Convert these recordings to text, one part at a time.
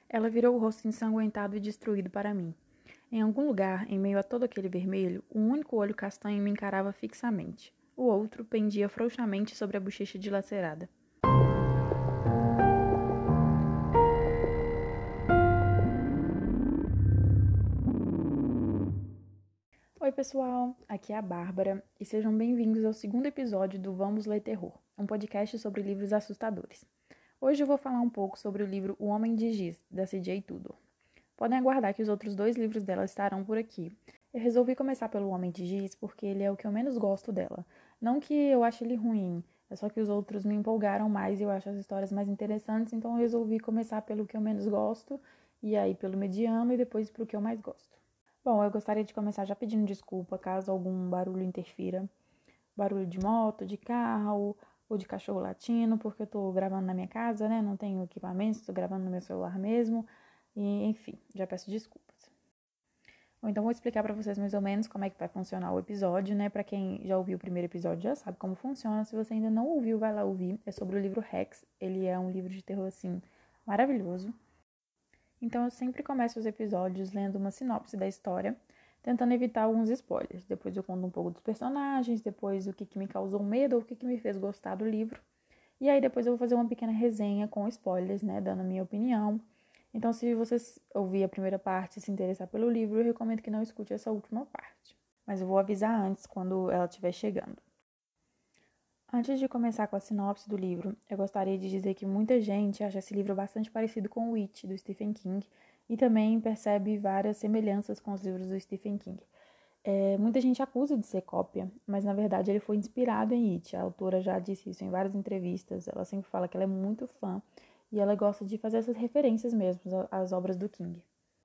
Ela virou o rosto ensanguentado e destruído para mim. Em algum lugar, em meio a todo aquele vermelho, um único olho castanho me encarava fixamente. O outro pendia frouxamente sobre a bochecha dilacerada. Oi, pessoal! Aqui é a Bárbara e sejam bem-vindos ao segundo episódio do Vamos Ler Terror, um podcast sobre livros assustadores. Hoje eu vou falar um pouco sobre o livro O Homem de Giz, da C.J. Tudor. Podem aguardar que os outros 2 livros dela estarão por aqui. Eu resolvi começar pelo Homem de Giz porque ele é o que eu menos gosto dela. Não que eu ache ele ruim, é só que os outros me empolgaram mais e eu acho as histórias mais interessantes, então eu resolvi começar pelo que eu menos gosto, e aí pelo mediano e depois pro que eu mais gosto. Bom, eu gostaria de começar já pedindo desculpa caso algum barulho interfira. Barulho de moto, de carro ou de cachorro latindo, porque eu tô gravando na minha casa, né? Não tenho equipamento, tô gravando no meu celular mesmo. E, enfim, já peço desculpas. Ou então vou explicar pra vocês mais ou menos como é que vai funcionar o episódio, né? Pra quem já ouviu o primeiro episódio já sabe como funciona. Se você ainda não ouviu, vai lá ouvir. É sobre o livro Rex. Ele é um livro de terror, assim, maravilhoso. Então eu sempre começo os episódios lendo uma sinopse da história, tentando evitar alguns spoilers. Depois eu conto um pouco dos personagens, depois o que me causou medo ou o que me fez gostar do livro. E aí depois eu vou fazer uma pequena resenha com spoilers, né, dando a minha opinião. Então se você ouvir a primeira parte e se interessar pelo livro, eu recomendo que não escute essa última parte. Mas eu vou avisar antes quando ela estiver chegando. Antes de começar com a sinopse do livro, eu gostaria de dizer que muita gente acha esse livro bastante parecido com o It, do Stephen King, e também percebe várias semelhanças com os livros do Stephen King. Muita gente acusa de ser cópia, mas na verdade ele foi inspirado em It. A autora já disse isso em várias entrevistas, ela sempre fala que ela é muito fã e ela gosta de fazer essas referências mesmo às obras do King.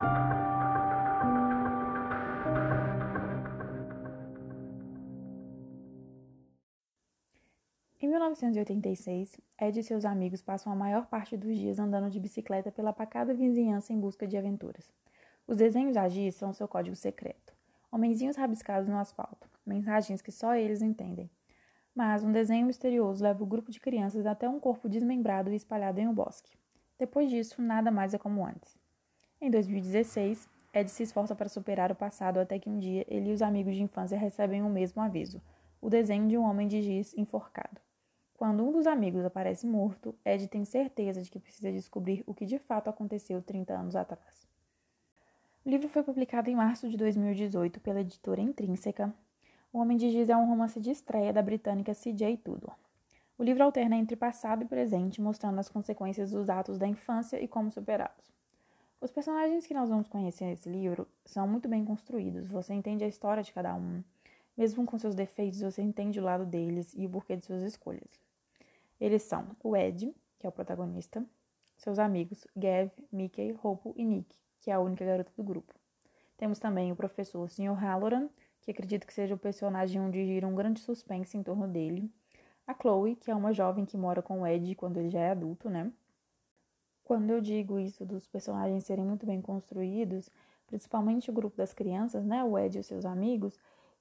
Em 1986, Ed e seus amigos passam a maior parte dos dias andando de bicicleta pela pacata vizinhança em busca de aventuras. Os desenhos a giz são seu código secreto. Homenzinhos rabiscados no asfalto, mensagens que só eles entendem. Mas um desenho misterioso leva o grupo de crianças até um corpo desmembrado e espalhado em um bosque. Depois disso, nada mais é como antes. Em 2016, Ed se esforça para superar o passado até que um dia ele e os amigos de infância recebem o mesmo aviso: o desenho de um homem de giz enforcado. Quando um dos amigos aparece morto, Ed tem certeza de que precisa descobrir o que de fato aconteceu 30 anos atrás. O livro foi publicado em março de 2018 pela editora Intrínseca. O Homem de Giz é um romance de estreia da britânica C.J. Tudor. O livro alterna entre passado e presente, mostrando as consequências dos atos da infância e como superá-los. Os personagens que nós vamos conhecer nesse livro são muito bem construídos, você entende a história de cada um. Mesmo com seus defeitos, você entende o lado deles e o porquê de suas escolhas. Eles são o Ed, que é o protagonista, seus amigos Gav, Mickey, Hope e Nick, que é a única garota do grupo. Temos também o professor Sr. Halloran, que acredito que seja o personagem onde gira um grande suspense em torno dele. A Chloe, que é uma jovem que mora com o Ed quando ele já é adulto, né? Quando eu digo isso dos personagens serem muito bem construídos, principalmente o grupo das crianças, né? O Ed e os seus amigos,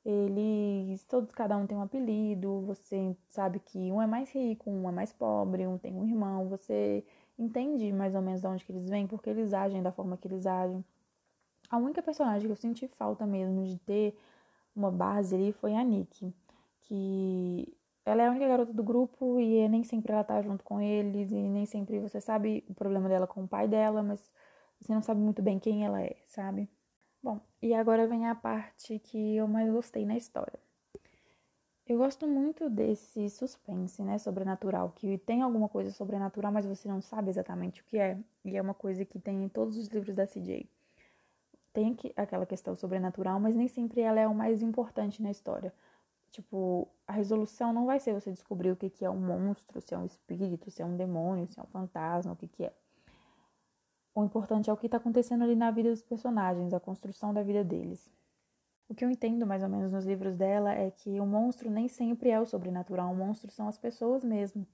cada um tem um apelido, você sabe que um é mais rico, um é mais pobre, um tem um irmão, você entende mais ou menos de onde que eles vêm, porque eles agem da forma que eles agem. A única personagem que eu senti falta mesmo de ter uma base ali foi a Nick, que ela é a única garota do grupo e nem sempre ela tá junto com eles e nem sempre você sabe o problema dela com o pai dela, mas você não sabe muito bem quem ela é, sabe? Bom, e agora vem a parte que eu mais gostei na história. Eu gosto muito desse suspense, né, sobrenatural, que tem alguma coisa sobrenatural, mas você não sabe exatamente o que é. E é uma coisa que tem em todos os livros da C.J. Tem aquela questão sobrenatural, mas nem sempre ela é o mais importante na história. Tipo, a resolução não vai ser você descobrir o que é um monstro, se é um espírito, se é um demônio, se é um fantasma, o que é. O importante é o que está acontecendo ali na vida dos personagens, a construção da vida deles. O que eu entendo mais ou menos nos livros dela é que o monstro nem sempre é o sobrenatural, o monstro são as pessoas mesmo.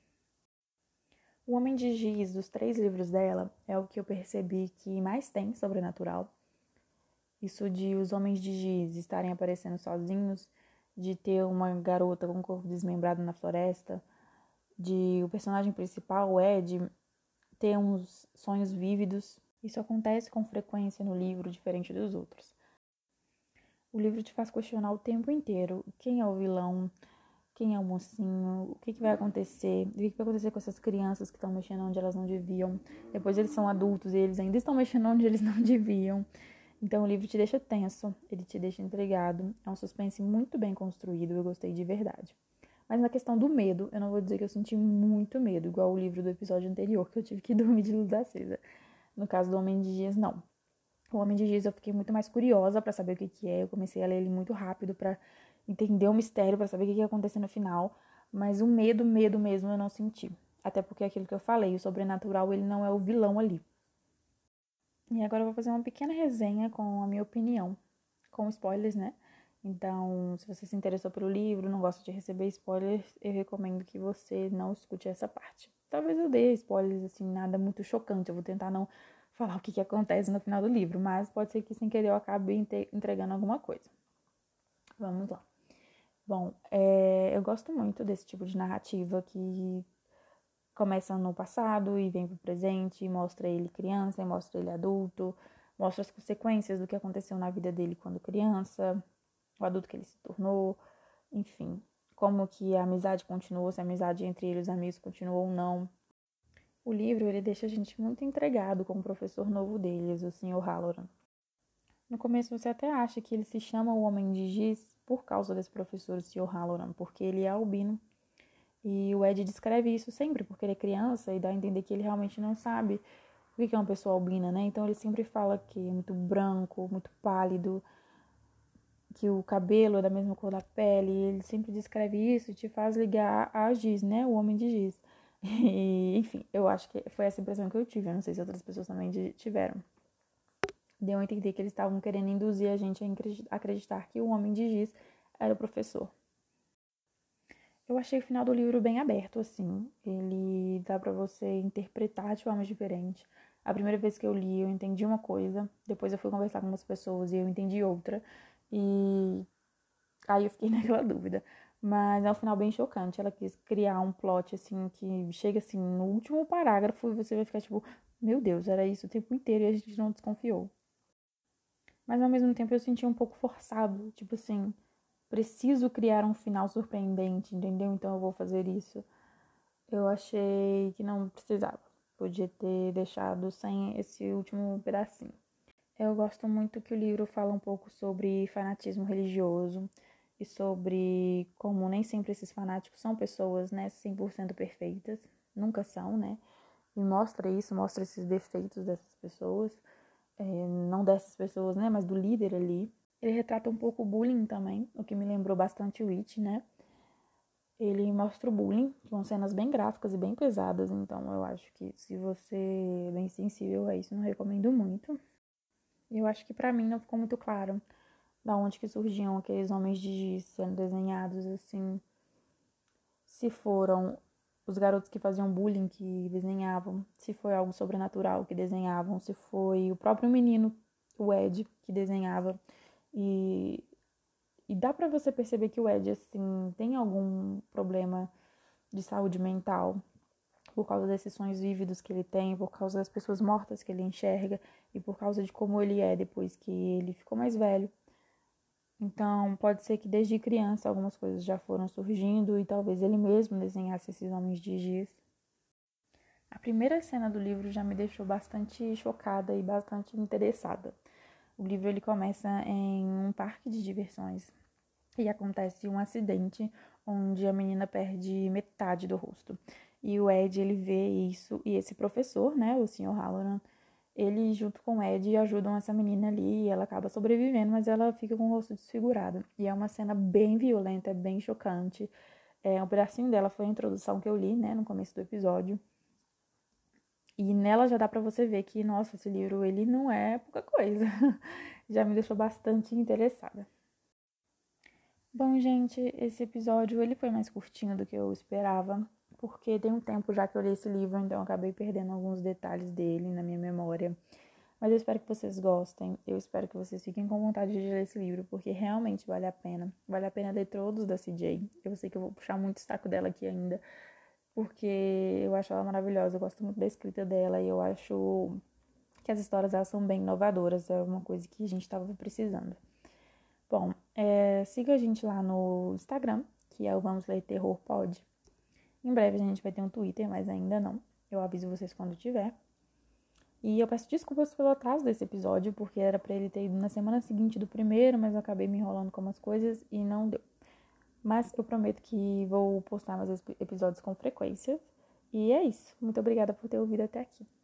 O Homem de Giz, dos 3 livros dela, é o que eu percebi que mais tem sobrenatural. Isso de os homens de giz estarem aparecendo sozinhos, de ter uma garota com o corpo desmembrado na floresta, de o personagem principal, o Ed, ter uns sonhos vívidos. Isso acontece com frequência no livro, diferente dos outros. O livro te faz questionar o tempo inteiro quem é o vilão, quem é o mocinho, o que vai acontecer, o que vai acontecer com essas crianças que estão mexendo onde elas não deviam. Depois eles são adultos e eles ainda estão mexendo onde eles não deviam. Então o livro te deixa tenso, ele te deixa intrigado. É um suspense muito bem construído, eu gostei de verdade. Mas na questão do medo, eu não vou dizer que eu senti muito medo, igual o livro do episódio anterior, que eu tive que dormir de luz acesa. No caso do Homem de Giz, não. O Homem de Giz eu fiquei muito mais curiosa pra saber o que é. Eu comecei a ler ele muito rápido pra entender o mistério, pra saber o que ia acontecer no final. Mas o medo mesmo eu não senti. Até porque é aquilo que eu falei, o sobrenatural ele não é o vilão ali. E agora eu vou fazer uma pequena resenha com a minha opinião, com spoilers, né? Então, se você se interessou pelo livro, não gosta de receber spoilers, eu recomendo que você não escute essa parte. Talvez eu dê spoilers, assim, nada muito chocante. Eu vou tentar não falar o que acontece no final do livro, mas pode ser que sem querer eu acabe entregando alguma coisa. Vamos lá. Bom, eu gosto muito desse tipo de narrativa que começa no passado e vem pro presente, mostra ele criança e mostra ele adulto, mostra as consequências do que aconteceu na vida dele quando criança, o adulto que ele se tornou, enfim, como que a amizade continuou, se a amizade entre ele e os amigos continuou ou não. O livro, ele deixa a gente muito entregado com o professor novo deles, o Sr. Halloran. No começo você até acha que ele se chama o Homem de Giz por causa desse professor, o Sr. Halloran, porque ele é albino. E o Ed descreve isso sempre, porque ele é criança e dá a entender que ele realmente não sabe o que é uma pessoa albina, né? Então ele sempre fala que é muito branco, muito pálido, que o cabelo é da mesma cor da pele. E ele sempre descreve isso e te faz ligar a Giz, né? O Homem de Giz. E, enfim, eu acho que foi essa impressão que eu tive. Eu não sei se outras pessoas também tiveram. Deu a entender que eles estavam querendo induzir a gente a acreditar que o Homem de Giz era o professor. Eu achei o final do livro bem aberto, assim. Ele dá pra você interpretar de forma diferente. A primeira vez que eu li, eu entendi uma coisa. Depois eu fui conversar com umas pessoas e eu entendi outra. E aí eu fiquei naquela dúvida. Mas é um final bem chocante. Ela quis criar um plot, assim, que chega, assim, no último parágrafo e você vai ficar tipo, meu Deus, era isso o tempo inteiro e a gente não desconfiou. Mas ao mesmo tempo eu senti um pouco forçado, tipo assim, preciso criar um final surpreendente, entendeu? Então eu vou fazer isso. Eu achei que não precisava. Podia ter deixado sem esse último pedacinho. Eu gosto muito que o livro fala um pouco sobre fanatismo religioso e sobre como nem sempre esses fanáticos são pessoas, né, 100% perfeitas. Nunca são, né? E mostra isso, mostra esses defeitos dessas pessoas. Não dessas pessoas, né, mas do líder ali. Ele retrata um pouco o bullying também, o que me lembrou bastante o It, né? Ele mostra o bullying, com cenas bem gráficas e bem pesadas, então eu acho que se você é bem sensível a isso, não recomendo muito. Eu acho que pra mim não ficou muito claro da onde que surgiam aqueles homens de giz sendo desenhados, assim, se foram os garotos que faziam bullying que desenhavam, se foi algo sobrenatural que desenhavam, se foi o próprio menino, o Ed, que desenhava. E dá pra você perceber que o Ed, assim, tem algum problema de saúde mental por causa desses sonhos vívidos que ele tem, por causa das pessoas mortas que ele enxerga e por causa de como ele é depois que ele ficou mais velho. Então, pode ser que desde criança algumas coisas já foram surgindo e talvez ele mesmo desenhasse esses homens de giz. A primeira cena do livro já me deixou bastante chocada e bastante interessada. O livro ele começa em um parque de diversões e acontece um acidente onde a menina perde metade do rosto. E o Ed, ele vê isso, e esse professor, né, o Sr. Halloran, ele junto com o Ed ajudam essa menina ali e ela acaba sobrevivendo, mas ela fica com o rosto desfigurado. E é uma cena bem violenta, é bem chocante. Um pedacinho dela foi a introdução que eu li, né, no começo do episódio. E nela já dá pra você ver que, nossa, esse livro, ele não é pouca coisa. Já me deixou bastante interessada. Bom, gente, esse episódio ele foi mais curtinho do que eu esperava, porque tem um tempo já que eu li esse livro, então eu acabei perdendo alguns detalhes dele na minha memória. Mas eu espero que vocês gostem, eu espero que vocês fiquem com vontade de ler esse livro, porque realmente vale a pena. Vale a pena ler todos da CJ. Eu sei que eu vou puxar muito o saco dela aqui ainda, porque eu acho ela maravilhosa, eu gosto muito da escrita dela e eu acho que as histórias dela são bem inovadoras, é uma coisa que a gente estava precisando. Bom, siga a gente lá no Instagram, que é o Vamos Ler Terror Pod. Em breve a gente vai ter um Twitter, mas ainda não. Eu aviso vocês quando tiver. E eu peço desculpas pelo atraso desse episódio, porque era pra ele ter ido na semana seguinte do primeiro, mas eu acabei me enrolando com umas coisas e não deu. Mas eu prometo que vou postar mais episódios com frequência. E é isso. Muito obrigada por ter ouvido até aqui.